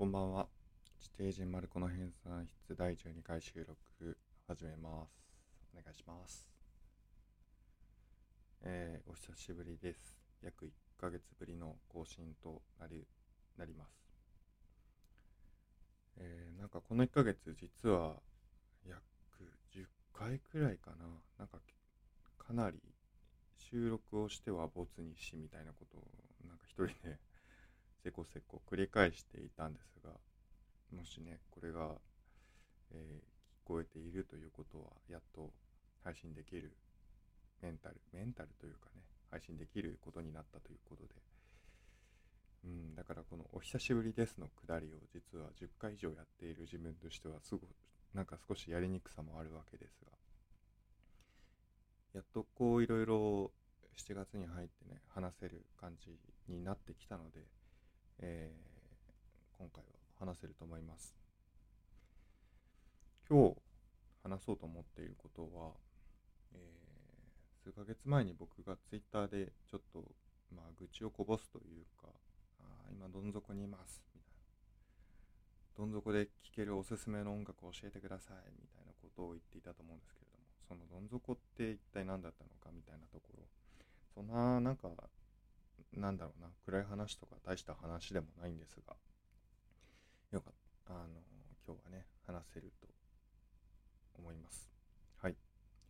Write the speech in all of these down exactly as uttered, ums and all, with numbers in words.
こんばんは。地底人マルコの編纂室だいじゅうにかい収録始めます。お願いします。えー、お久しぶりです。約いっかげつぶりの更新となり、なります。えー、なんかこのいっかげつ実は約じゅっかいくらいかな。なんかかなり収録をしてはボツにしみたいなことをなんか一人でせこせこ繰り返していたんですが、もしね、これがえー聞こえているということは、やっと配信できるメンタル、メンタルというかね、配信できることになったということで、うん、だからこのお久しぶりですのくだりを実はじゅっかい以上やっている自分としては、すごくなんか少しやりにくさもあるわけですが、やっとこういろいろしちがつに入ってね、話せる感じになってきたので、えー今回は話せると思います。今日話そうと思っていることは、えー、数ヶ月前に僕がツイッターでちょっと、まあ、愚痴をこぼすというか、あ今どん底にいますみたいな、どん底で聴けるおすすめの音楽を教えてくださいみたいなことを言っていたと思うんですけれども、そのどん底って一体何だったのかみたいなところ、そんななんかなんだろうな、暗い話とか大した話でもないんですが、よかったあの今日はね話せると思います。はい。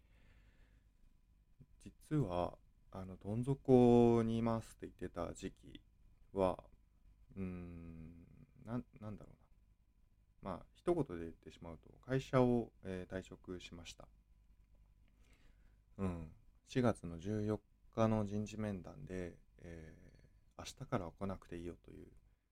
実はあのどん底にいますって言ってた時期は、うーんな、なんだろうな、まあ一言で言ってしまうと会社を、えー退職しました。うん。しがつのじゅうよっかの人事面談で、えー明日からは来なくていいよという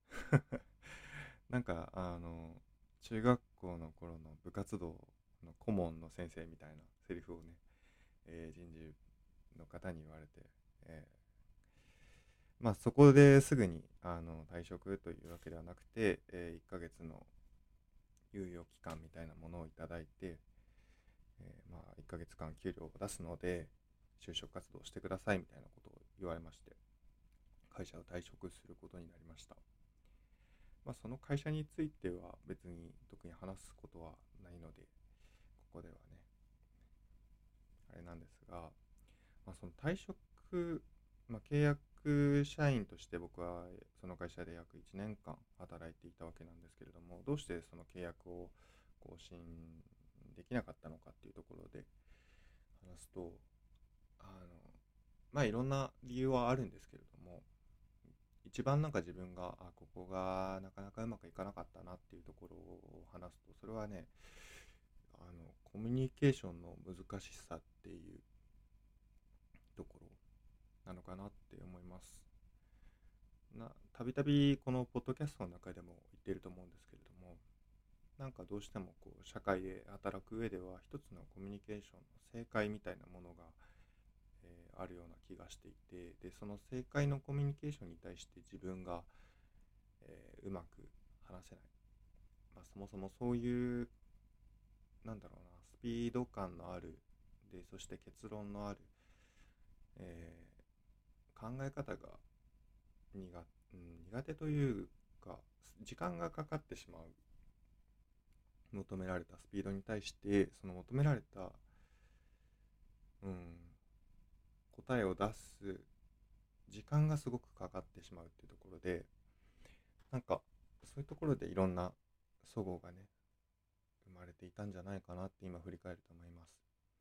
なんかあの中学校の頃の部活動の顧問の先生みたいなセリフをね、えー人事の方に言われて、えーまあそこですぐにあの退職というわけではなくて、えーいっかげつの猶予期間みたいなものをいただいて、えーまあいっかげつかん給料を出すので就職活動してくださいみたいなことを言われまして、会社を退職することになりました。まあその会社については別に特に話すことはないので、ここではねあれなんですが、まあ、その退職、まあ、契約社員として僕はその会社で約いちねんかん働いていたわけなんですけれども、どうしてその契約を更新できなかったのかっていうところで話すと、あのまあいろんな理由はあるんですけれども、一番なんか自分があここがなかなかうまくいかなかったなっていうところを話すと、それはね、あのコミュニケーションの難しさっていうところなのかなって思います。なたびたびこのポッドキャストの中でも言っていると思うんですけれども、なんかどうしてもこう社会で働く上では一つのコミュニケーションの正解みたいなものが、えーあるような気がしていて、でその正解のコミュニケーションに対して自分が、えーうまく話せない、まあ、そもそもそういうなんだろうな、スピード感のある、でそして結論のある、えー考え方が苦、うん、苦手というか、時間がかかってしまう、求められたスピードに対してその求められた、うん、答えを出す時間がすごくかかってしまうっていうところで、なんかそういうところでいろんな齟齬がね生まれていたんじゃないかなって今振り返ると思います。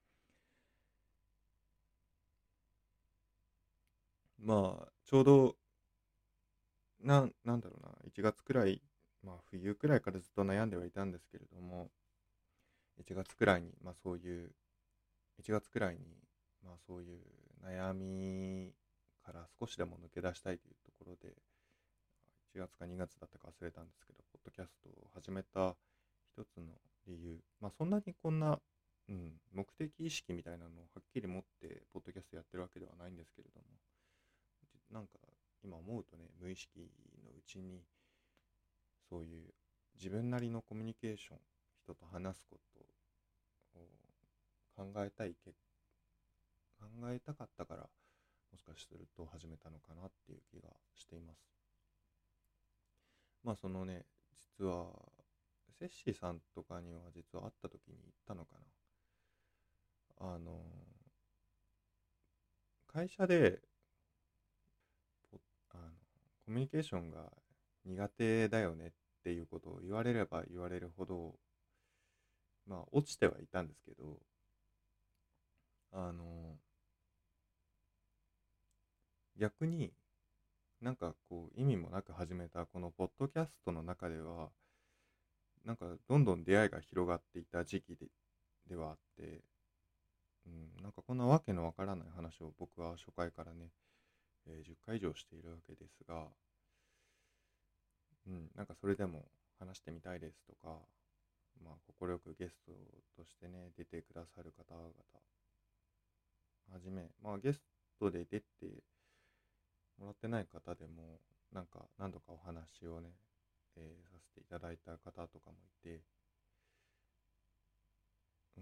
まあちょうどな、なんだろうな、いちがつくらい、まあ冬くらいからずっと悩んではいたんですけれども、いちがつくらいに、まあそういう、いちがつくらいに、まあそういう悩みから少しでも抜け出したいというところで、いちがつかにがつだったか忘れたんですけど、ポッドキャストを始めた一つの理由、まあそんなにこんな、うん、目的意識みたいなのをはっきり持って、ポッドキャストやってるわけではないんですけれども、なんか今思うとね、無意識のうちに、そういう自分なりのコミュニケーション、人と話すことを考えたいけ考えたかったから、もしかすると始めたのかなっていう気がしています。まあそのね、 実はセッシーさんとかには実は会った時に言ったのかな。あの会社でポあのコミュニケーションが苦手だよねっていうことを言われれば言われるほど、まあ落ちてはいたんですけど、あの逆になんかこう意味もなく始めたこのポッドキャストの中では、なんかどんどん出会いが広がっていた時期でではあって、うん、なんかこんなわけのわからない話を僕は初回からね、えーじゅっかい以上しているわけですが、うん、なんかそれでも話してみたいですとか、まあ快くゲストとしてね出てくださる方々はじめ、まあゲストで出てもらってない方でもなんか何度かお話をね、えーさせていただいた方とかもいて、うん、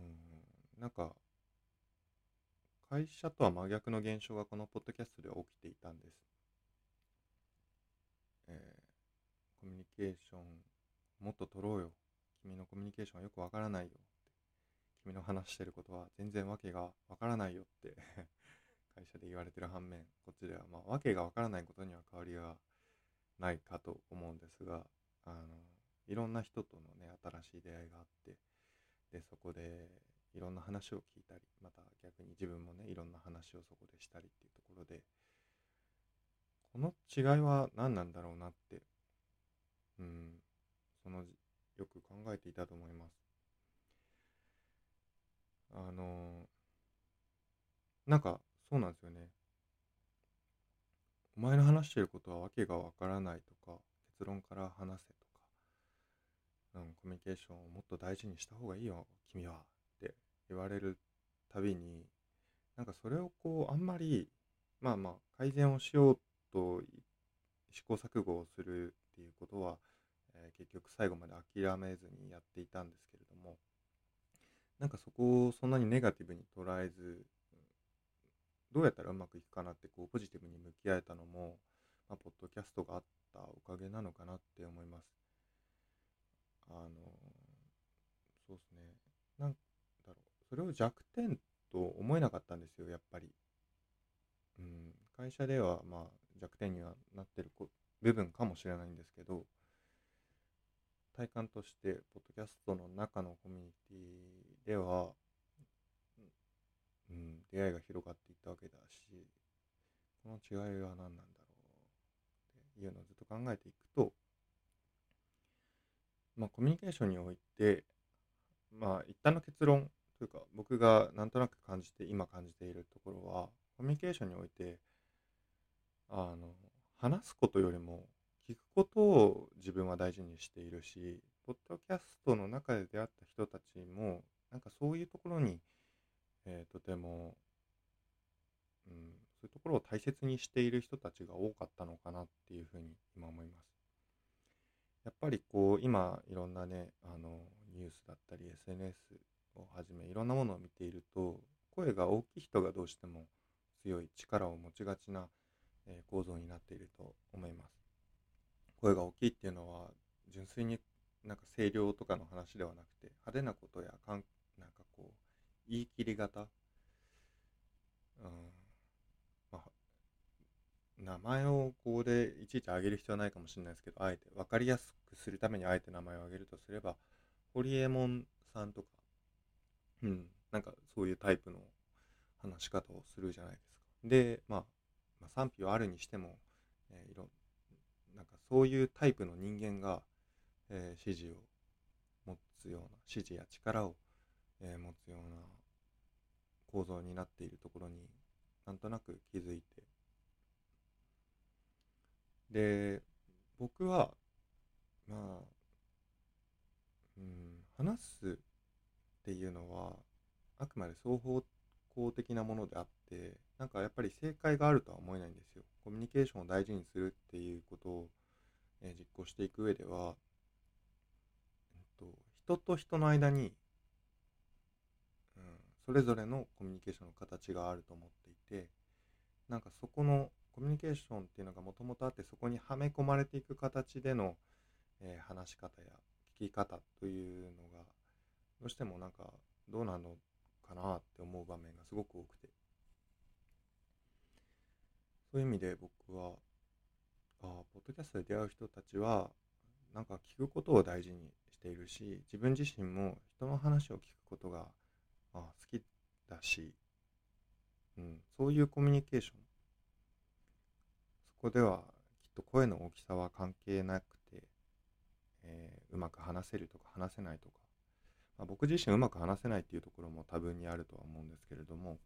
なんか会社とは真逆の現象がこのポッドキャストでは起きていたんです。えーコミュニケーションもっと取ろうよ。君のコミュニケーションはよくわからないよ。君の話してることは全然わけがわからないよって会社で言われてる反面、こっちではまあわけがわからないことには変わりがないかと思うんですが、あのいろんな人とのね新しい出会いがあって、でそこでいろんな話を聞いたり、また逆に自分もねいろんな話をそこでしたりっていうところで、この違いは何なんだろうなって、うん、そのよく考えていたと思います。あのなんかそうなんですよね。お前の話してることはわけがわからないとか、結論から話せとか、うん、コミュニケーションをもっと大事にした方がいいよ君はって言われるたびに、なんかそれをこうあんまり、まあまあ改善をしようと試行錯誤をするっていうことは、えー結局最後まで諦めずにやっていたんですけれども、なんかそこをそんなにネガティブに捉えず、どうやったらうまくいくかなってこうポジティブに向き合えたのも、まあ、ポッドキャストがあったおかげなのかなって思います。あのそうですね。なんだろう。それを弱点と思えなかったんですよ、やっぱり。うん、会社ではまあ弱点にはなってるこ部分かもしれないんですけど、体感として、ポッドキャストの中のコミュニティでは、うん、出会いが広がっていったわけだし、この違いは何なんだろうっていうのをずっと考えていくと、まあ、コミュニケーションにおいて、まあ、一旦の結論というか、僕がなんとなく感じて、今感じているところは、コミュニケーションにおいて、あの、話すことよりも聞くことを自分は大事にしているし、ポッドキャストの中で出会った人たちも、なんかそういうところに、えーとても、うん、そういうところを大切にしている人たちが多かったのかなっていうふうに今思います。やっぱりこう今いろんなね、あのニュースだったり エスエヌエス をはじめいろんなものを見ていると、声が大きい人がどうしても強い力を持ちがちな、えー構造になっていると思います。声が大きいっていうのは純粋になんか声量とかの話ではなくて、派手なことやかんなんかこう言い切り型、うんまあ、名前をここでいちいち挙げる必要はないかもしれないですけど、あえて分かりやすくするためにあえて名前を挙げるとすれば、ホリエモンさんとか、うん、なんかそういうタイプの話し方をするじゃないですか。で、まあ、まあ、賛否はあるにしても、えーいろなんかそういうタイプの人間が、えー支持を持つような、支持や力を、えー持つような構造になっているところになんとなく気づいて、で、僕は、まあ、うん、話すっていうのはあくまで双方向的なものであって、なんかやっぱり正解があるとは思えないんですよ。コミュニケーションを大事にするっていうことを、えー実行していく上では、えっと、人と人の間に、うん、それぞれのコミュニケーションの形があると思っていて、なんかそこのコミュニケーションっていうのがもともとあって、そこにはめ込まれていく形での、 えー話し方や聞き方というのがどうしてもなんかどうなのかなって思う場面がすごく多くて、そういう意味で僕はあーポッドキャストで出会う人たちはなんか聞くことを大事にしているし、自分自身も人の話を聞くことがあー好きだし、うん、そういうコミュニケーション、そこではきっと声の大きさは関係なくて、えーうまく話せるとか話せないとか、まあ、僕自身うまく話せないっていうところも多分にあるとは思うんですけれども、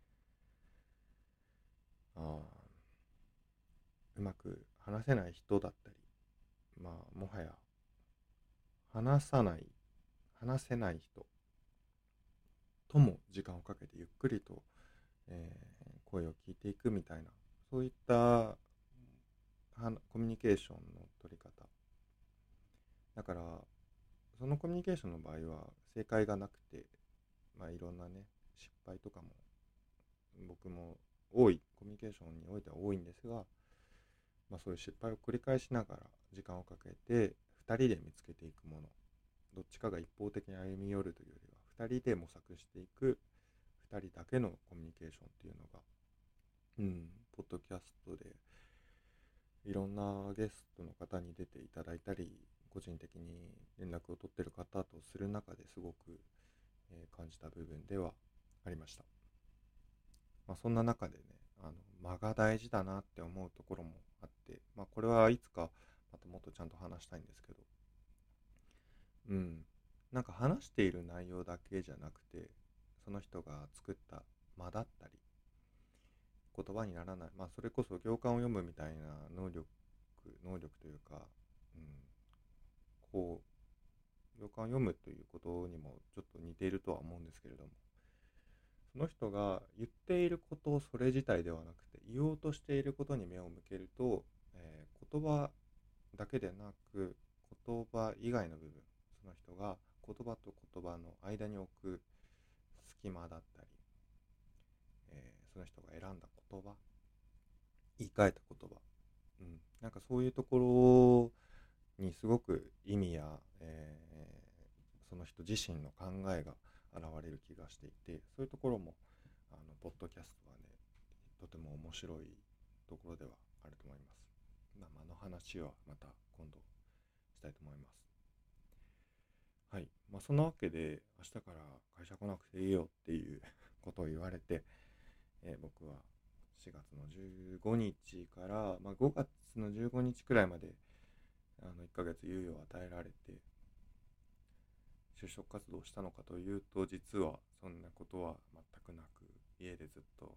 あうまく話せない人だったり、まあもはや話さない話せない人とも時間をかけてゆっくりと、えー声を聞いていくみたいな、そういったはコミュニケーションの取り方だから、そのコミュニケーションの場合は正解がなくて、まあいろんなね失敗とかも僕も多いコミュニケーションにおいては多いんですが、まあ、そういう失敗を繰り返しながら時間をかけてふたりで見つけていくもの、どっちかが一方的に歩み寄るというよりはふたりで模索していく、ふたりだけのコミュニケーションっていうのが、うん、ポッドキャストでいろんなゲストの方に出ていただいたり、個人的に連絡を取っている方とする中ですごく、えー感じた部分ではありました。まあ、そんな中でね、あの間が大事だなって思うところもあって、まあ、これはいつかまたもっとちゃんと話したいんですけど、うん、なんか話している内容だけじゃなくて、その人が作った間だったり、言葉にならない、まあ、それこそ行間を読むみたいな能力、能力というか、うん、こう、行間を読むということにもちょっと似ているとは思うんですけれども、その人が言っていることをそれ自体ではなくて、言おうとしていることに目を向けると、えー言葉だけでなく、言葉以外の部分、その人が言葉と言葉の間に置く隙間だったり、えーその人が選んだ言葉、言い換えた言葉、うん、なんかそういうところにすごく意味や、えーその人自身の考えが現れる気がしていて、そういうところもあのポッドキャストはね、とても面白いところではあると思います。まあ、あの話はまた今度したいと思います。はい。まあ、そんなわけで、明日から会社来なくていいよっていうことを言われて、えー僕はしがつのじゅうごにちから、まあ、ごがつのじゅうごにちくらいまであのいっかげつ猶予を与えられて、就職活動をしたのかというと、実はそんなことは全くなく、家でずっと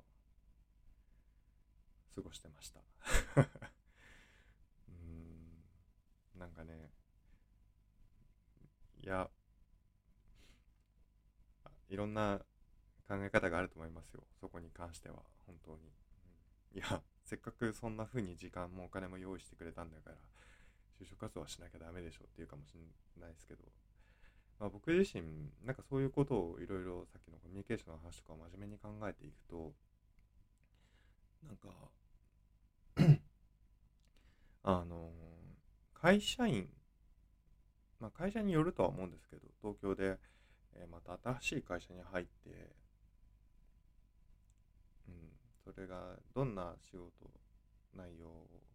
過ごしてました。うーん、なんかね、いや、いろんな考え方があると思いますよ。そこに関しては、本当に。うん、いや、せっかくそんな風に時間もお金も用意してくれたんだから、就職活動はしなきゃダメでしょっていうかもしれないですけど、まあ、僕自身、なんかそういうことをいろいろさっきのコミュニケーションの話とかを真面目に考えていくと、なんか、あの会社員、まあ、会社によるとは思うんですけど、東京で、えーまた新しい会社に入って、うん、それがどんな仕事内容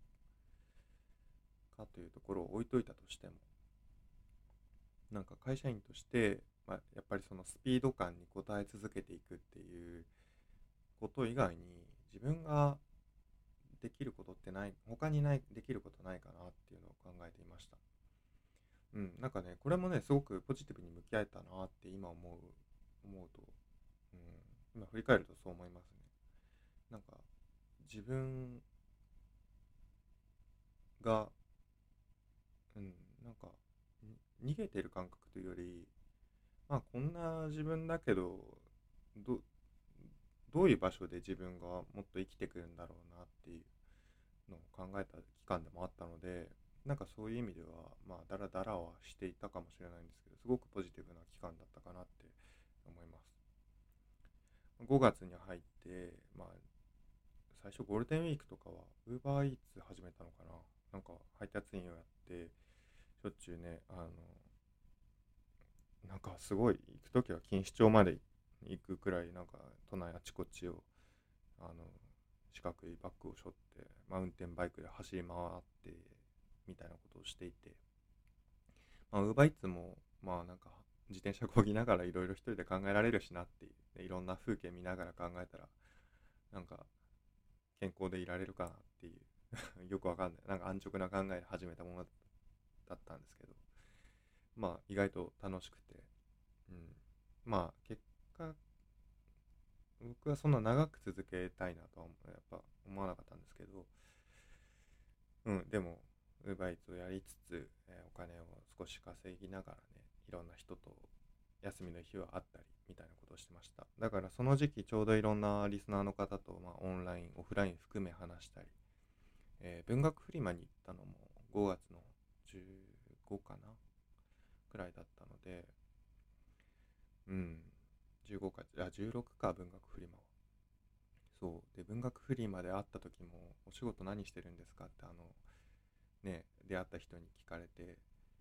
かというところを置いといたとしても、なんか会社員として、まあ、やっぱりそのスピード感に応え続けていくっていうこと以外に、自分ができることってない、他にないできることないかなっていうのを考えていました。うん、なんかね、これもね、すごくポジティブに向き合えたなって今思う、思うと、うん、今振り返るとそう思いますね。なんか、自分が、うん、なんか、に逃げてる感覚というより、まあ、こんな自分だけど、ど、どういう場所で自分がもっと生きてくるんだろうなっていうのを考えた期間でもあったので、なんかそういう意味では、まあ、だらだらはしていたかもしれないんですけど、すごくポジティブな期間だったかなって思います。ごがつに入って、まあ、最初ゴールデンウィークとかは Uber Eats 始めたのかな、なんか配達員をやって、 しょっちゅうね、あのなんかすごい行くときは錦糸町まで行くくらい、なんか都内あちこちをあの四角いバッグを背負ってマウンテンバイクで走り回ってみたいなことをしていて、まあ、ウーバーイーツもまあなんか自転車漕ぎながらいろいろ一人で考えられるしなっていう、でいろんな風景見ながら考えたらなんか健康でいられるかなっていうよくわかんない、なんか安直な考えで始めたものだったんですけど、まあ意外と楽しくて、うん、まあ結果僕はそんな長く続けたいなとはやっぱ思わなかったんですけど、うん、でも UberEats をやりつつ、えーお金を少し稼ぎながらね、いろんな人と休みの日は会ったりみたいなことをしてました。だからその時期ちょうどいろんなリスナーの方と、まあ、オンラインオフライン含め話したり、えー文学フリマに行ったのもごがつのじゅうごかなくらいだったので、うん、じゅうごか、あ、じゅうろくか、文学フリマは。そうで、文学フリマで会った時もお仕事何してるんですかってあのね出会った人に聞かれて、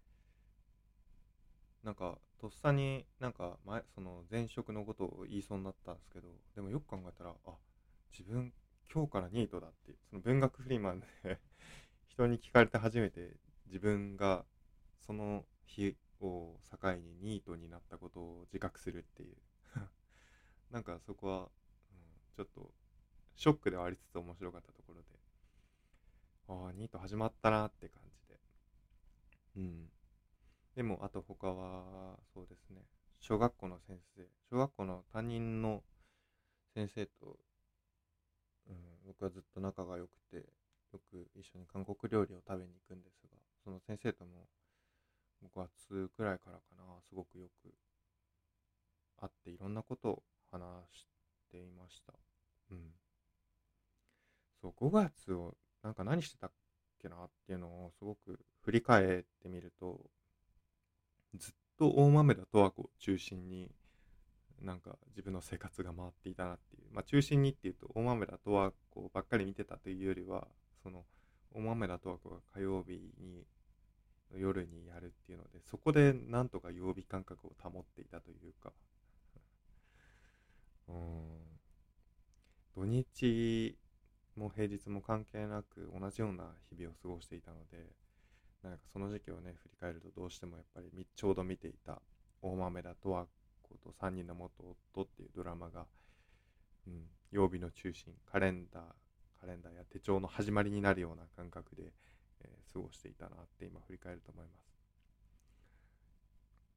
なんかとっさになんか前その前職のことを言いそうになったんですけど、でもよく考えたら、あ、自分今日からニートだって、その文学フリマで人に聞かれて初めて自分がその日を境にニートになったことを自覚するっていうなんかそこは、うん、ちょっとショックではありつつ面白かったところで、ああニート始まったなって感じで、うん。でもあと他はそうですね、小学校の先生小学校の担任の先生と、うん、僕はずっと仲が良くて、よく一緒に韓国料理を食べに行くんですが、その先生ともごがつくらいからかな、すごくよく会っていろんなことを話していました。うん。そう、ごがつをなんか何してたっけなっていうのをすごく振り返ってみると、ずっと大豆田十和子を中心になんか自分の生活が回っていたなっていう、まあ中心にっていうと大豆田十和子ばっかり見てたというよりは、その大豆田十和子が火曜日に夜にやるっていうので、そこでなんとか曜日感覚を保っていたというか、うーん、土日も平日も関係なく同じような日々を過ごしていたので、なんかその時期をね振り返るとどうしてもやっぱりみちょうど見ていた大豆田十和子とさんにんの元夫っていうドラマが、うん、曜日の中心、カレンダーカレンダーや手帳の始まりになるような感覚で、えー過ごしていたなって今振り返ると思います。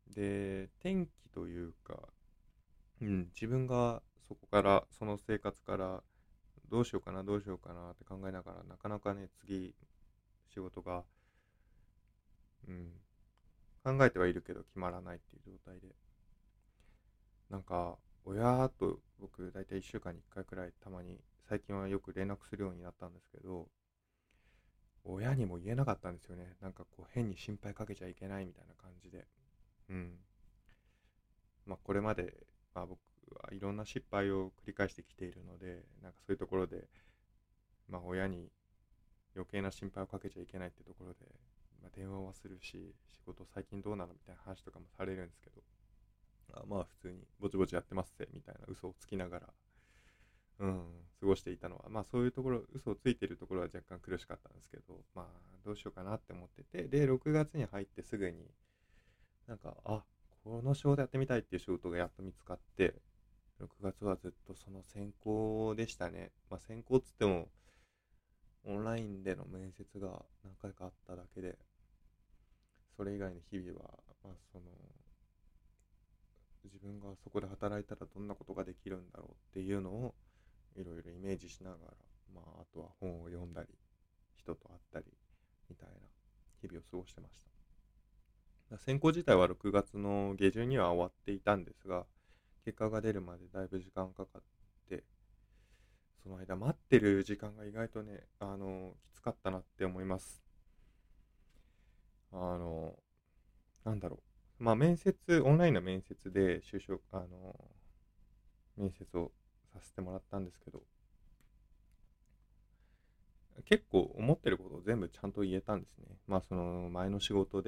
で、天気というか、うん、自分がそこからその生活からどうしようかなどうしようかなって考えながら、なかなかね次仕事が、うん、考えてはいるけど決まらないっていう状態で、なんか親と僕だいたいいっしゅうかんにいっかいくらいたまに最近はよく連絡するようになったんですけど、親にも言えなかったんですよね。なんかこう変に心配かけちゃいけないみたいな感じで、うん、まあこれまで、まあ、僕はいろんな失敗を繰り返してきているので、なんかそういうところで、まあ、親に余計な心配をかけちゃいけないってところで、まあ、電話はするし、仕事最近どうなのみたいな話とかもされるんですけど、あまあ普通にぼちぼちやってますぜみたいな嘘をつきながら、うん、過ごしていたのは、まあそういうところ、嘘をついているところは若干苦しかったんですけど、まあどうしようかなって思ってて、で、ろくがつに入ってすぐに、なんか、あ、この仕事やってみたいっていう仕事がやっと見つかって、ろくがつはずっとその選考でしたね。まあ選考っつっても、オンラインでの面接が何回かあっただけで、それ以外の日々は、まあその、自分がそこで働いたらどんなことができるんだろうっていうのをいろいろイメージしながら、まあ、あとは本を読んだり人と会ったりみたいな日々を過ごしてました。選考自体はろくがつの下旬には終わっていたんですが、結果が出るまでだいぶ時間かかって、その間待ってる時間が意外とね、あのきつかったなって思います。あのなんだろう、まあ面接、オンラインの面接で就職あの面接をさせてもらったんですけど、結構思ってることを全部ちゃんと言えたんですね。まあその前の仕事で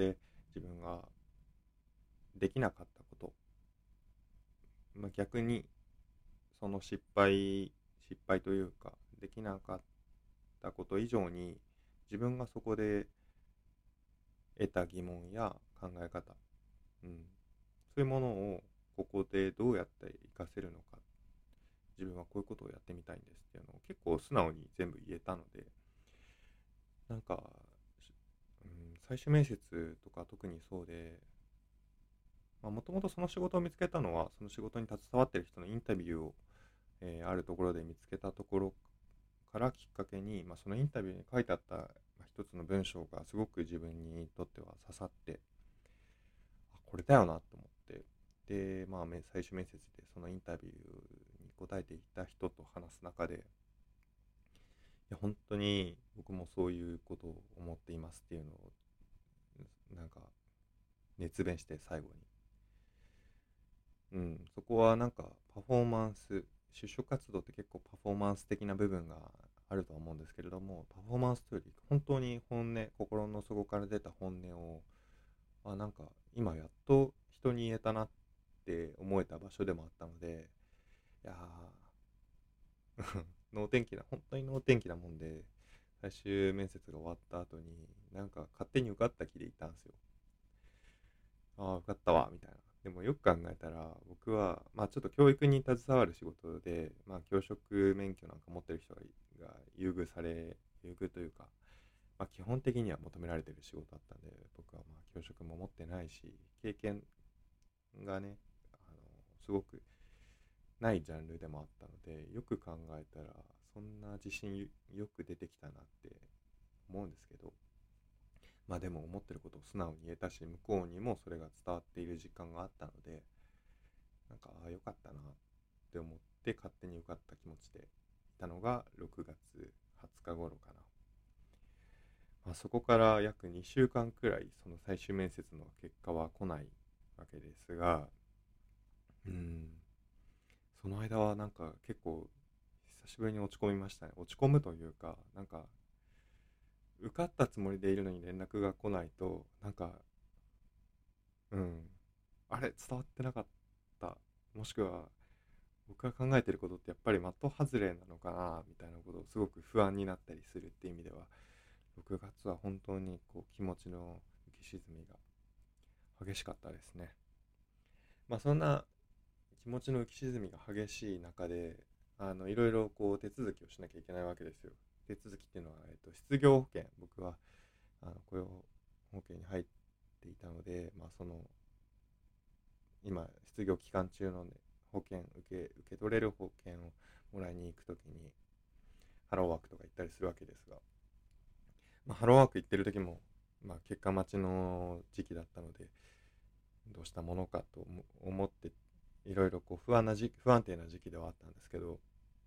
自分ができなかったこと、まあ、逆にその失敗失敗というかできなかったこと以上に自分がそこで得た疑問や考え方、うん、そういうものをここでどうやって活かせるのか、自分はこういうことをやってみたいんですっていうのを結構素直に全部言えたので、なんか、うん、最終面接とか特にそうで、もともとその仕事を見つけたのはその仕事に携わっている人のインタビューを、えーあるところで見つけたところからきっかけに、まあ、そのインタビューに書いてあった、まあ、一つの文章がすごく自分にとっては刺さって、あこれだよなと思って、で、まあ、最終面接でそのインタビューに答えていた人と話す中で、いや本当に僕もそういうことを思っていますっていうのをなんか熱弁して最後に、うん、そこはなんかパフォーマンス、就職活動って結構パフォーマンス的な部分があるとは思うんですけれども、パフォーマンスというより本当に本音、心の底から出た本音を、あ、なんか今やっと人に言えたなって思えた場所でもあったので、いやー能天気な、本当に能天気なもんで、最終面接が終わった後になんか勝手に受かった気でいたんですよ。ああ、受かったわ、みたいな。でもよく考えたら、僕は、まあちょっと教育に携わる仕事で、まあ教職免許なんか持ってる人がが優遇され、優遇というか、まあ基本的には求められてる仕事だったんで、僕はまあ教職も持ってないし、経験がね、あの、すごくないジャンルでもあったので、よく考えたら、そんな自信よく出てきたなって思うんですけど、まあでも思ってることを素直に言えたし、向こうにもそれが伝わっている実感があったので、なんか、ああ、よかったなって思って勝手に受かった気持ちでいたのがろくがつはつか頃かな。まあ、そこから約にしゅうかんくらいその最終面接の結果は来ないわけですが、うーん、その間はなんか結構久しぶりに落ち込みましたね。落ち込むというか、なんか受かったつもりでいるのに連絡が来ないと、なんか、うん、あれ伝わってなかった。もしくは僕が考えてることってやっぱり的外れなのかなみたいなことをすごく不安になったりするっていう意味では、ろくがつは本当にこう気持ちの浮き沈みが激しかったですね。まあそんな気持ちの浮き沈みが激しい中で、あのいろいろこう手続きをしなきゃいけないわけですよ。手続きっていうのは、えっと、失業保険、僕はあの雇用保険に入っていたので、まあ、その今失業期間中の、ね、保険受け受け取れる保険をもらいに行くときにハローワークとか行ったりするわけですが、まあ、ハローワーク行ってる時も、まあ、結果待ちの時期だったので、どうしたものかと思っていろいろこう不安な時不安定な時期ではあったんですけど、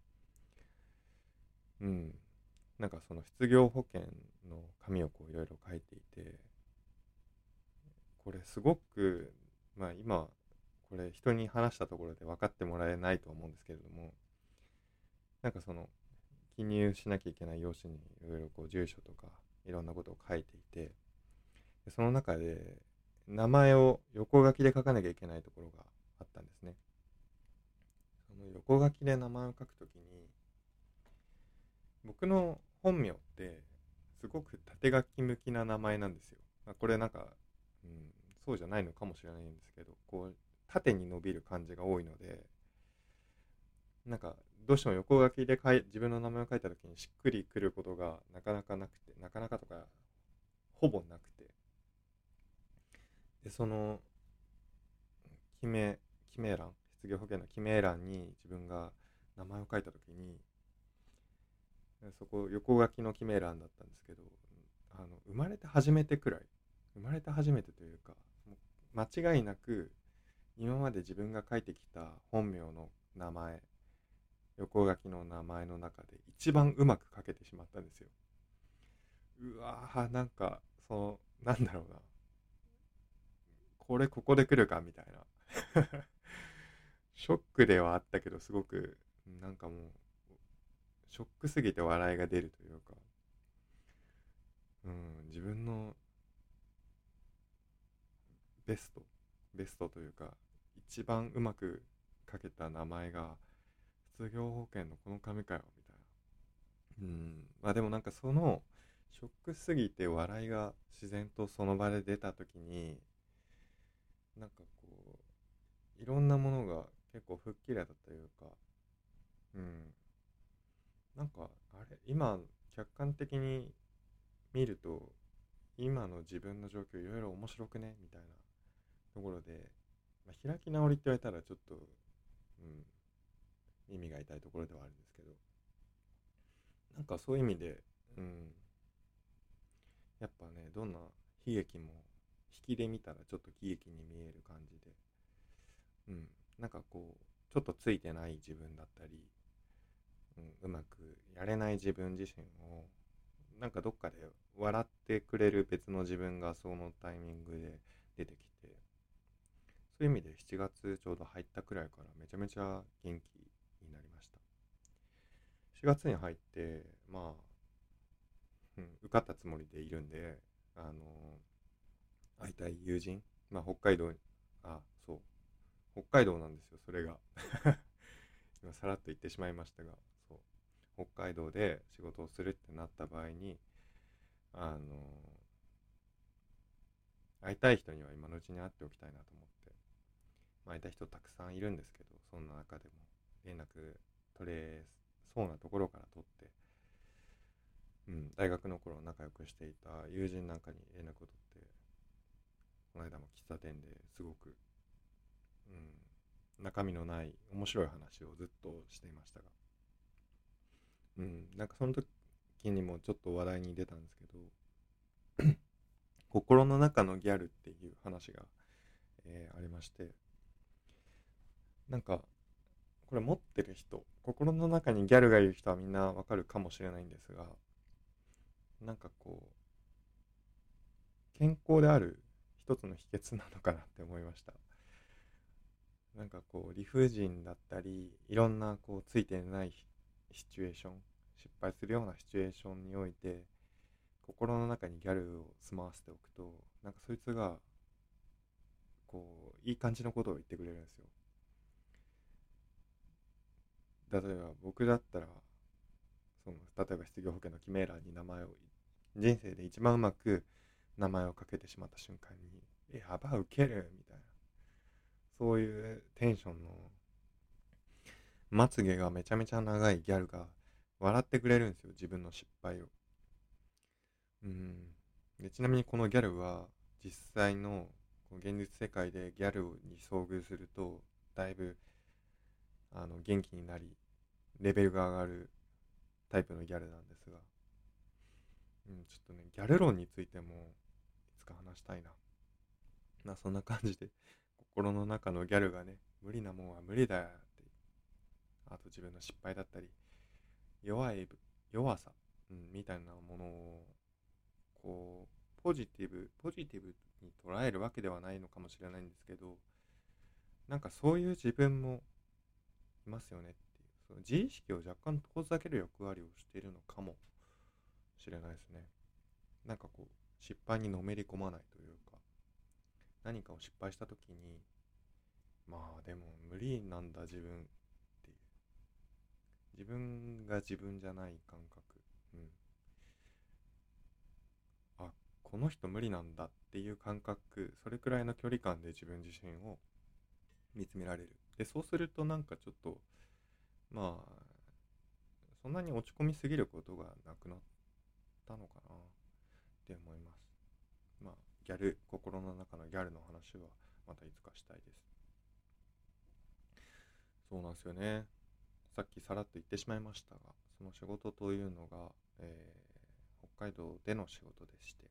うん、なんかその失業保険の紙をこういろいろ書いていて、これすごく、まあ今これ人に話したところで分かってもらえないと思うんですけれども、なんかその記入しなきゃいけない用紙にいろいろこう住所とかいろんなことを書いていて、でその中で名前を横書きで書かなきゃいけないところがあったんですね。その横書きで名前を書くときに、僕の本名ってすごく縦書き向きな名前なんですよ。まあ、これなんか、うん、そうじゃないのかもしれないんですけど、こう縦に伸びる感じが多いので、なんかどうしても横書きで書い自分の名前を書いた時にしっくりくることがなかなかなくて、なかなかとかほぼなくて、でその記名記名欄、失業保険の記名欄に自分が名前を書いた時に、そこ横書きの記名欄だったんですけど、あの生まれて初めてくらい、生まれて初めてというか、もう間違いなく今まで自分が書いてきた本名の名前、横書きの名前の中で一番うまく書けてしまったんですよ。うわー、なんかそのなんだろうな、これここで来るかみたいなショックではあったけど、すごくなんかもうショックすぎて笑いが出るというか、うん、自分のベストベストというか一番うまく書けた名前が失業保険のこの紙かよみたいな。うん、まあでもなんかそのショックすぎて笑いが自然とその場で出た時に、なんかこういろんなものが結構吹っ切れたというか、うん、なんかあれ今客観的に見ると今の自分の状況いろいろ面白くねみたいなところで、まあ、開き直りって言われたらちょっと、うん、耳が痛いところではあるんですけど、なんかそういう意味で、うん、やっぱねどんな悲劇も引きで見たらちょっと喜劇に見える感じで、うん、なんかこうちょっとついてない自分だったり、うん、うまくやれない自分自身をなんかどっかで笑ってくれる別の自分がそのタイミングで出てきて、そういう意味でしちがつちょうど入ったくらいからめちゃめちゃ元気になりました。しがつに入ってまあ、うん、受かったつもりでいるんで、あの会いたい友人、まあ北海道に、あ、そう、北海道なんですよ、それが。今さらっと言ってしまいましたが、そう、北海道で仕事をするってなった場合に、あの会いたい人には今のうちに会っておきたいなと思って、まあ、会いたい人たくさんいるんですけど、そんな中でも連絡取れそうなところから取って、うん、大学の頃仲良くしていた友人なんかに連絡を取って、この間も喫茶店ですごく、うん、中身のない面白い話をずっとしていましたが、うん、なんかその時にもちょっと話題に出たんですけど、心の中のギャルっていう話が、えーありまして、なんかこれ持ってる人、心の中にギャルがいる人はみんなわかるかもしれないんですが、なんかこう健康である一つの秘訣なのかなって思いました。なんかこう理不尽だったりいろんなこうついてないシチュエーション、失敗するようなシチュエーションにおいて心の中にギャルを住まわせておくと、なんかそいつがこういい感じのことを言ってくれるんですよ。例えば僕だったら、その例えば失業保険の記名欄に名前を、人生で一番うまく名前をかけてしまった瞬間にえやばウケるみたいな、そういうテンションのまつげがめちゃめちゃ長いギャルが笑ってくれるんですよ、自分の失敗を。うんでちなみにこのギャルは実際のこう現実世界でギャルに遭遇するとだいぶあの元気になりレベルが上がるタイプのギャルなんですが、うん、ちょっとねギャル論についてもいつか話したいな。まあそんな感じで心の中のギャルがね、無理なもんは無理だよって、あと自分の失敗だったり弱い弱さ、うん、みたいなものをこうポジティブポジティブに捉えるわけではないのかもしれないんですけど、なんかそういう自分もいますよねっていう、その自意識を若干遠ざける役割をしているのかもしれないですね。なんかこう失敗にのめり込まないというか、何かを失敗した時にまあでも無理なんだ自分っていう、自分が自分じゃない感覚、うん、あこの人無理なんだっていう感覚、それくらいの距離感で自分自身を見つめられる。でそうするとなんかちょっとまあそんなに落ち込みすぎることがなくなったのかなって思います。まあギャル、心の中のギャルの話はまたいつかしたいです。そうなんですよね。さっきさらっと言ってしまいましたが、その仕事というのが、えー北海道での仕事でして、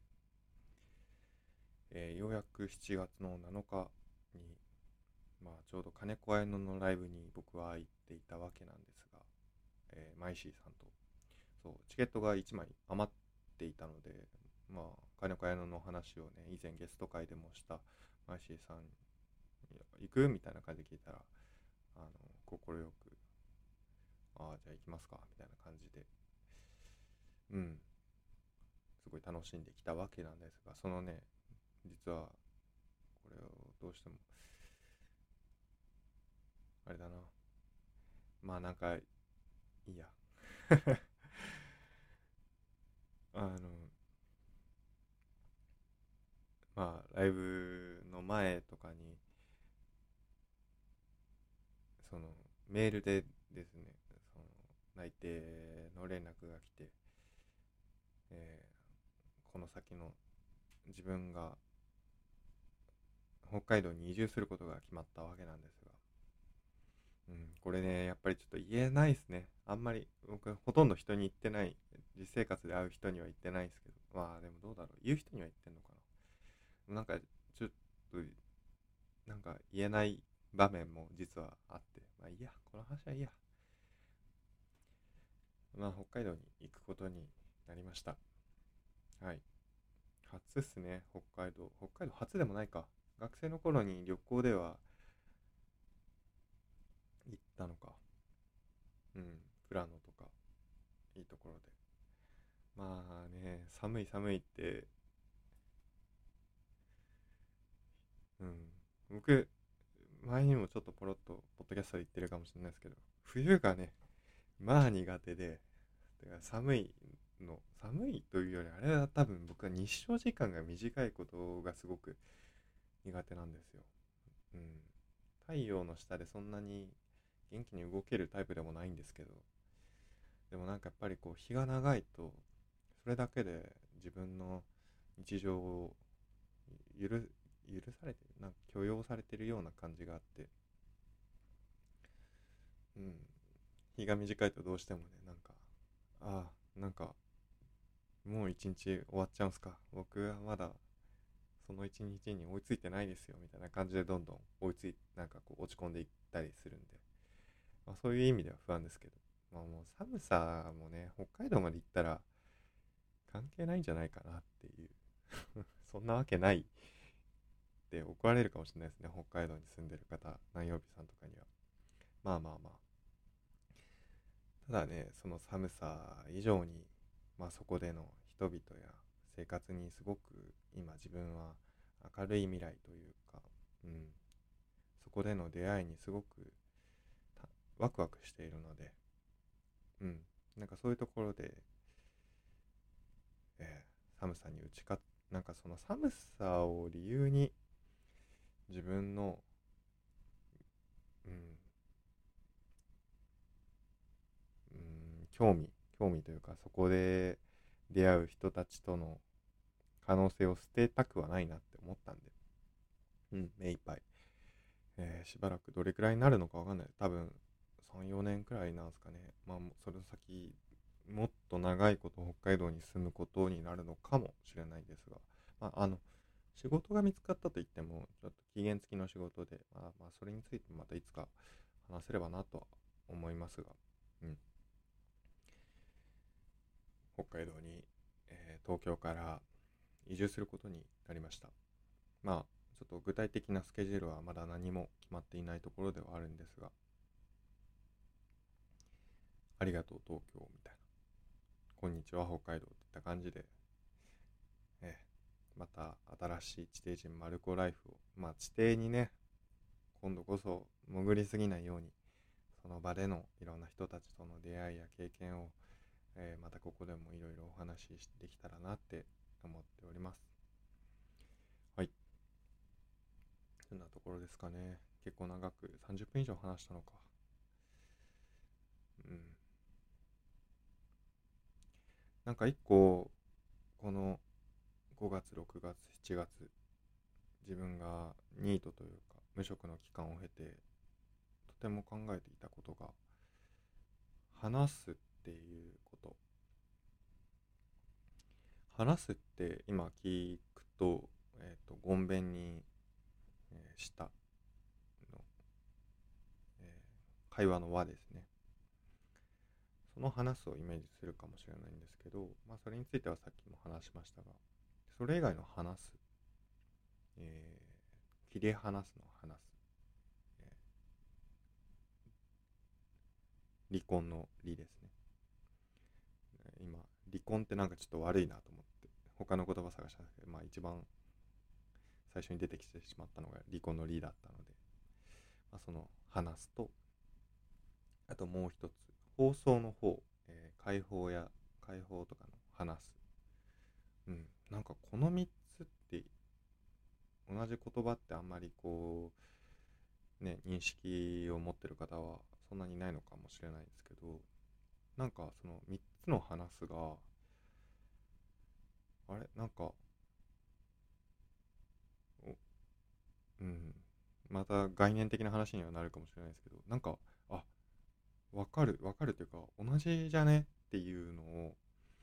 えーようやくしちがつのなのかに、まあ、ちょうど金子綾乃のライブに僕は行っていたわけなんですが、えーマイシーさんと、そうチケットがいちまい余っていたので、まあ、金子綾乃の話をね以前ゲスト会でもしたマイシーさんに行くみたいな感じで聞いたら、あの快くああじゃあ行きますかみたいな感じで、うんすごい楽しんできたわけなんですが、そのね実はこれをどうしてもあれだな。まあなんかいいや。あのまあライブの前とかにそのメールでですね、その内定の連絡が来て、えーこの先の自分が北海道に移住することが決まったわけなんですが、うん、これねやっぱりちょっと言えないですね。あんまり僕ほとんど人に言ってない、実生活で会う人には言ってないですけど、まあでもどうだろう、言う人には言ってんのかな。なんかちょっとなんか言えない場面も実はあって、まあいいや、この話はいいや。まあ北海道に行くことになりました。はい。初っすね、北海道。北海道初でもないか。学生の頃に旅行では行ったのか。うん、富良野とか、いいところで。まあね、寒い寒いって、うん、僕、前にもちょっとポロッと、ポッドキャストで言ってるかもしれないですけど、冬がね、まあ苦手で、てか寒いの、寒いというより、あれは多分僕は日照時間が短いことがすごく苦手なんですよ。うん。太陽の下でそんなに元気に動けるタイプでもないんですけど、でもなんかやっぱりこう日が長いと、それだけで自分の日常を許許されてる、なんか許容されてるような感じがあって、うん、日が短いとどうしてもね、なんか、ああ、なんかもう一日終わっちゃうんすか、僕はまだその一日に追いついてないですよみたいな感じでどんどん追いついなんかこう落ち込んでいったりするんで、まあ、そういう意味では不安ですけど、まあ、もう寒さもね北海道まで行ったら関係ないんじゃないかなっていうそんなわけないって怒られるかもしれないですね、北海道に住んでる方、南曜日さんとかには。まあまあまあ、ただね、その寒さ以上に、まあそこでの人々や生活にすごく今自分は明るい未来というか、うん、そこでの出会いにすごくワクワクしているので、うん、なんかそういうところで、えー寒さに打ち勝っ、なんかその寒さを理由に自分の、うん、うん、興味、興味というか、そこで出会う人たちとの可能性を捨てたくはないなって思ったんで、うん、目いっぱい、えーしばらくどれくらいになるのかわかんない。多分さん、よねんくらいなんですかね。まあ、それ先、もっと長いこと北海道に住むことになるのかもしれないですが、まあ、あの、仕事が見つかったといっても、ちょっと期限付きの仕事で、まあ、まあ、それについてまたいつか話せればなとは思いますが、うん、北海道に、えー東京から移住することになりました。まあ、ちょっと具体的なスケジュールはまだ何も決まっていないところではあるんですが、ありがとう東京みたいな、こんにちは北海道といった感じで、えーまた新しい地底人マルコライフを、まあ地底にね、今度こそ潜りすぎないように、その場でのいろんな人たちとの出会いや経験を、えーまたここでもいろいろお話しできたらなって思っております。はい。そんなところですかね。結構長くさんじゅっぷん以上話したのか。うん。なんか一個、このごがつ、ろくがつ、しちがつ、自分がニートというか無職の期間を経て、とても考えていたことが、話すっていうこと。話すって今聞くと、えっ、と、ごんべんに、えーしたの、えー会話の輪ですね。その話すをイメージするかもしれないんですけど、まあそれについてはさっきも話しましたが、それ以外の話す、えー切り離すの話す、えー離婚の離ですね。今、離婚ってなんかちょっと悪いなと思って、他の言葉探したんですけど、まあ一番最初に出てきてしまったのがリコのリだったので、まあ、その話すと、あともう一つ放送の方、えー、解放や解放とかの話す、うん、なんかこのみっつって同じ言葉ってあんまりこうね認識を持ってる方はそんなにいないのかもしれないですけど、なんかそのみっつの話すがあれなんかうん、また概念的な話にはなるかもしれないですけど、なんか、あ、わかる、わかるというか、同じじゃねっていうのを、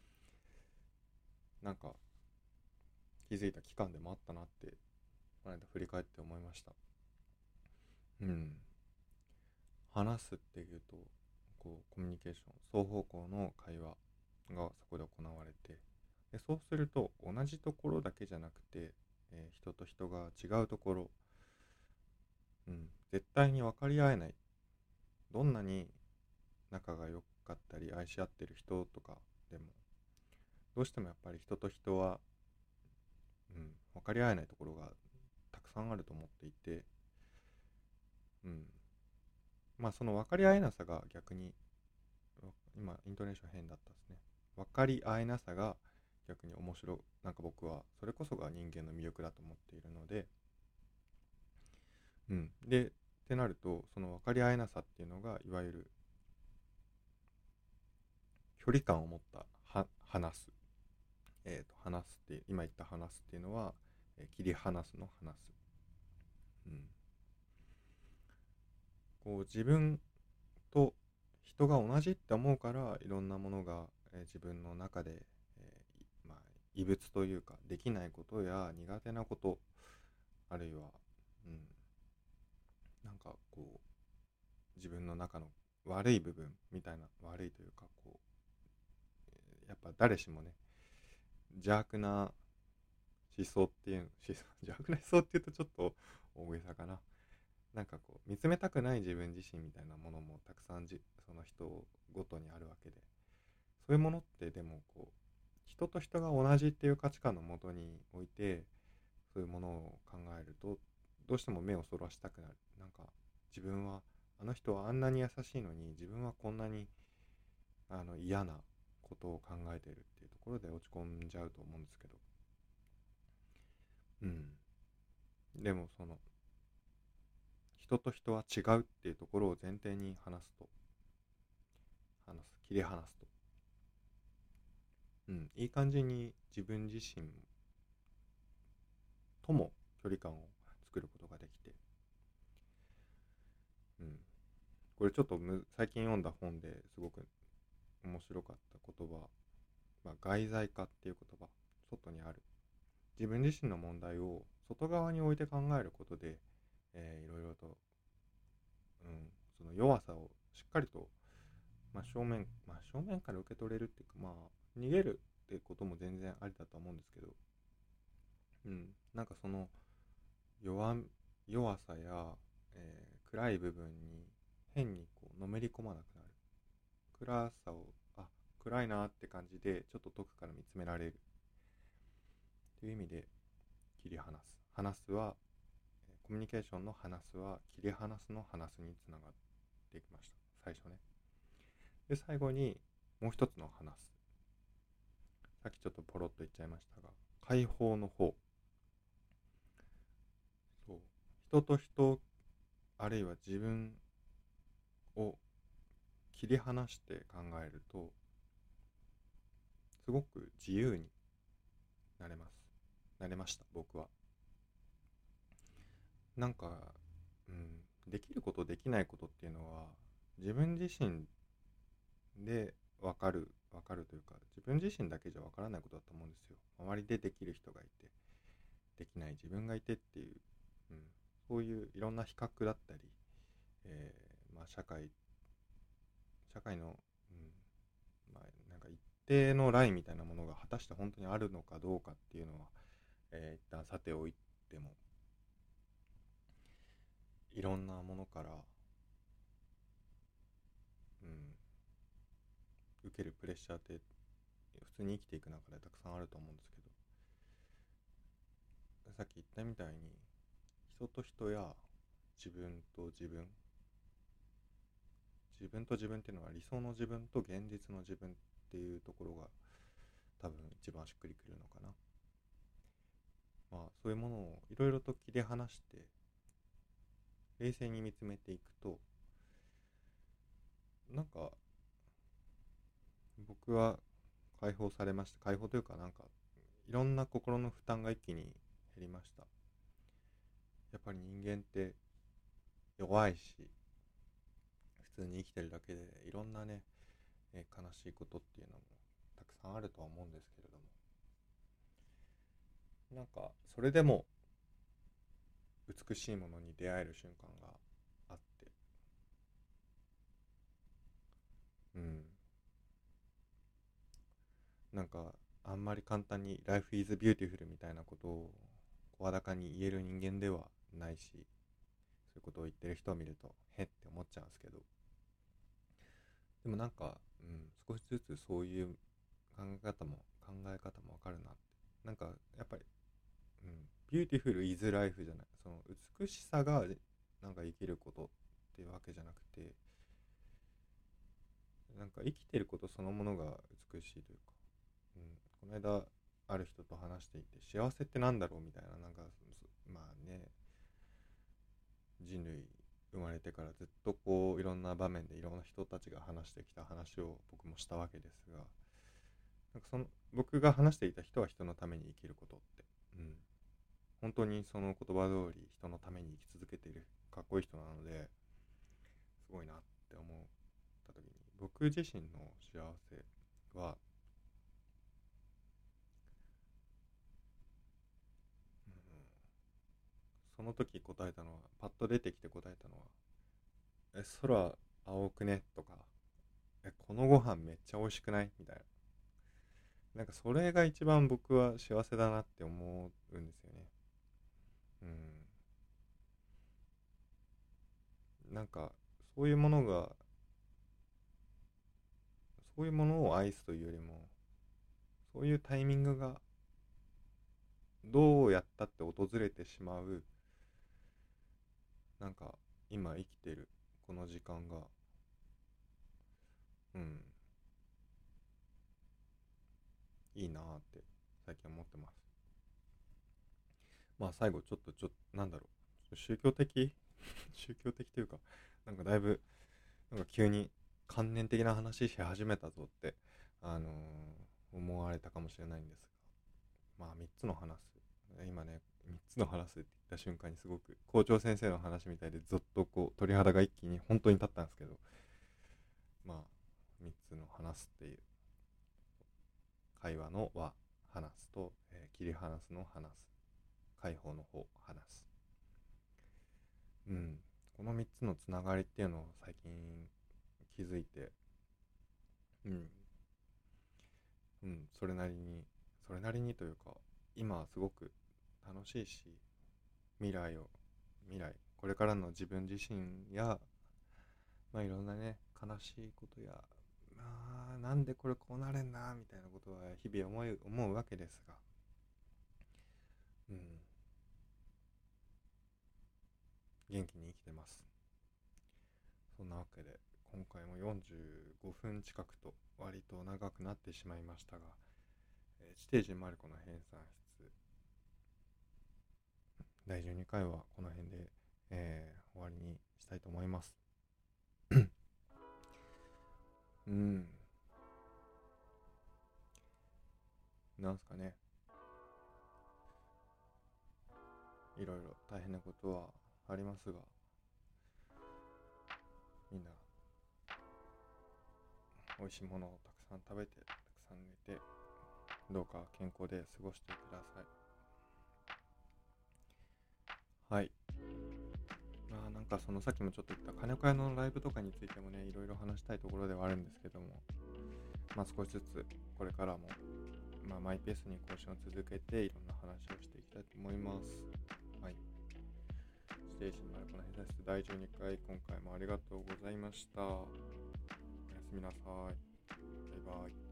なんか気づいた期間でもあったなって、この間振り返って思いました。うん。話すっていうと、こう、コミュニケーション、双方向の会話がそこで行われて、でそうすると、同じところだけじゃなくて、えー人と人が違うところ、うん、絶対に分かり合えない。どんなに仲が良かったり愛し合ってる人とかでもどうしてもやっぱり人と人は、うん、分かり合えないところがたくさんあると思っていて、うん、まあその分かり合えなさが逆に今イントネーション変だったですね。分かり合えなさが逆に面白い、なんか僕はそれこそが人間の魅力だと思っているので、うん、でってなるとその分かり合えなさっていうのがいわゆる距離感を持ったは話す、えー、と話すって今言った話すっていうのは、えー切り離すの話す、うん、こう自分と人が同じって思うからいろんなものが、えー自分の中で、えーまあ、異物というかできないことや苦手なことあるいは、うん、なんかこう自分の中の悪い部分みたいな悪いというかこうやっぱ誰しもね邪悪な思想っていう思想邪悪な思想っていうとちょっと大げさかな。なんかこう見つめたくない自分自身みたいなものもたくさんじその人ごとにあるわけで、そういうものってでもこう人と人が同じっていう価値観のもとにおいてそういうものを考えるとどうしても目をそらしたくなる。なんか自分はあの人はあんなに優しいのに自分はこんなにあの嫌なことを考えているっていうところで落ち込んじゃうと思うんですけど、うんでもその人と人は違うっていうところを前提に話すと話す切り離すと、うん、いい感じに自分自身とも距離感を作ることができて、うん、これちょっとむ最近読んだ本ですごく面白かった言葉、まあ、外在化っていう言葉、外にある自分自身の問題を外側に置いて考えることで、えー、いろいろと、うん、その弱さをしっかりと、まあ、正面、まあ、正面から受け取れるっていうか、まあ、逃げるってことも全然ありだと思うんですけど、うん、なんかその弱弱さや、えー暗い部分に変にこうのめり込まなくなる。暗さをあ暗いなって感じでちょっと遠くから見つめられるという意味で切り離す話すはコミュニケーションの話すは切り離すの話すにつながっていきました最初ね。で最後にもう一つの話す、さっきちょっとポロッと言っちゃいましたが解放の方、そう人と人あるいは自分を切り離して考えるとすごく自由になれますなれました僕は。なんか、うん、できることできないことっていうのは自分自身で分かる分かるというか自分自身だけじゃ分からないことだと思うんですよ。周りでできる人がいてできない自分がいてっていう、うん、そういういろんな比較だったり、えーまあ、社会社会の、うんまあ、なんか一定のラインみたいなものが果たして本当にあるのかどうかっていうのは、えー一旦さておいてもいろんなものから、うん、受けるプレッシャーって普通に生きていく中でたくさんあると思うんですけど、 さっき言ったみたいに、人と人や自分と自分自分と自分っていうのは理想の自分と現実の自分っていうところが多分一番しっくりくるのかな。まあそういうものをいろいろと切り離して冷静に見つめていくと、なんか僕は解放されました。解放というか、なんかいろんな心の負担が一気に減りました。やっぱり人間って弱いし、普通に生きてるだけでいろんなね、えー悲しいことっていうのもたくさんあるとは思うんですけれども、なんかそれでも美しいものに出会える瞬間があって、うん、なんかあんまり簡単に Life is beautiful みたいなことを声高に言える人間ではないし、そういうことを言ってる人を見るとへって思っちゃうんですけど、でもなんか、うん、少しずつそういう考え方も考え方もわかるなって。なんかやっぱり、うん、ビューティフルイズライフじゃない、その美しさがなんか生きることっていうわけじゃなくて、なんか生きてることそのものが美しいというか、うん、この間ある人と話していて、幸せってなんだろうみたいな、なんかまあね、人類生まれてからずっとこういろんな場面でいろんな人たちが話してきた話を僕もしたわけですが、なんかその僕が話していた人は人のために生きることって、うん、本当にその言葉通り人のために生き続けているかっこいい人なので、すごいなって思った時に、僕自身の幸せは、うん、その時答えたのは、パッと出てきて答えたのは、え空青くねとか、えこのご飯めっちゃ美味しくないみたいな、なんかそれが一番僕は幸せだなって思うんですよね。うん、なんかそういうものが、そういうものを愛すというよりも、そういうタイミングがどうやったって訪れてしまう、なんか今生きてるこの時間が、うん、いいなーって最近思ってます。まあ最後ちょっとちょっとなんだろう、宗教的宗教的というか、なんかだいぶなんか急に観念的な話し始めたぞって、あのー思われたかもしれないんですが、まあみっつの話す、今ね、みっつの話すって言った瞬間にすごく校長先生の話みたいで、ずっとこう鳥肌が一気に本当に立ったんですけど、まあみっつの話すっていう、会話のは話すと、えー切り離すの話す、解放の方話す、うん、このみっつのつながりっていうのを最近気づいて、うん、うん、それなりに、それなりにというか、今はすごく楽しいし、未来を、未来、これからの自分自身や、まあいろんなね、悲しいことや、まあなんでこれこうなれんな、みたいなことは日々思い、思うわけですが、うん、元気に生きてます。そんなわけで、今回もよんじゅうごふん近くと割と長くなってしまいましたが、えー、地底人マルコの編纂室だいじゅうにかいはこの辺で、えー終わりにしたいと思います。うん、なんすかね、いろいろ大変なことはありますが、みんな美味しいものをたくさん食べて、たくさん寝て、どうか健康で過ごしてください。はい。まあなんかそのさっきもちょっと言った金子屋のライブとかについてもね、いろいろ話したいところではあるんですけども、まあ少しずつこれからも、まあ、マイペースに更新を続けていろんな話をしていきたいと思います。はい。ステージのマルコの編纂室だいじゅうにかい、今回もありがとうございました。おやすみなさい。バイバイ。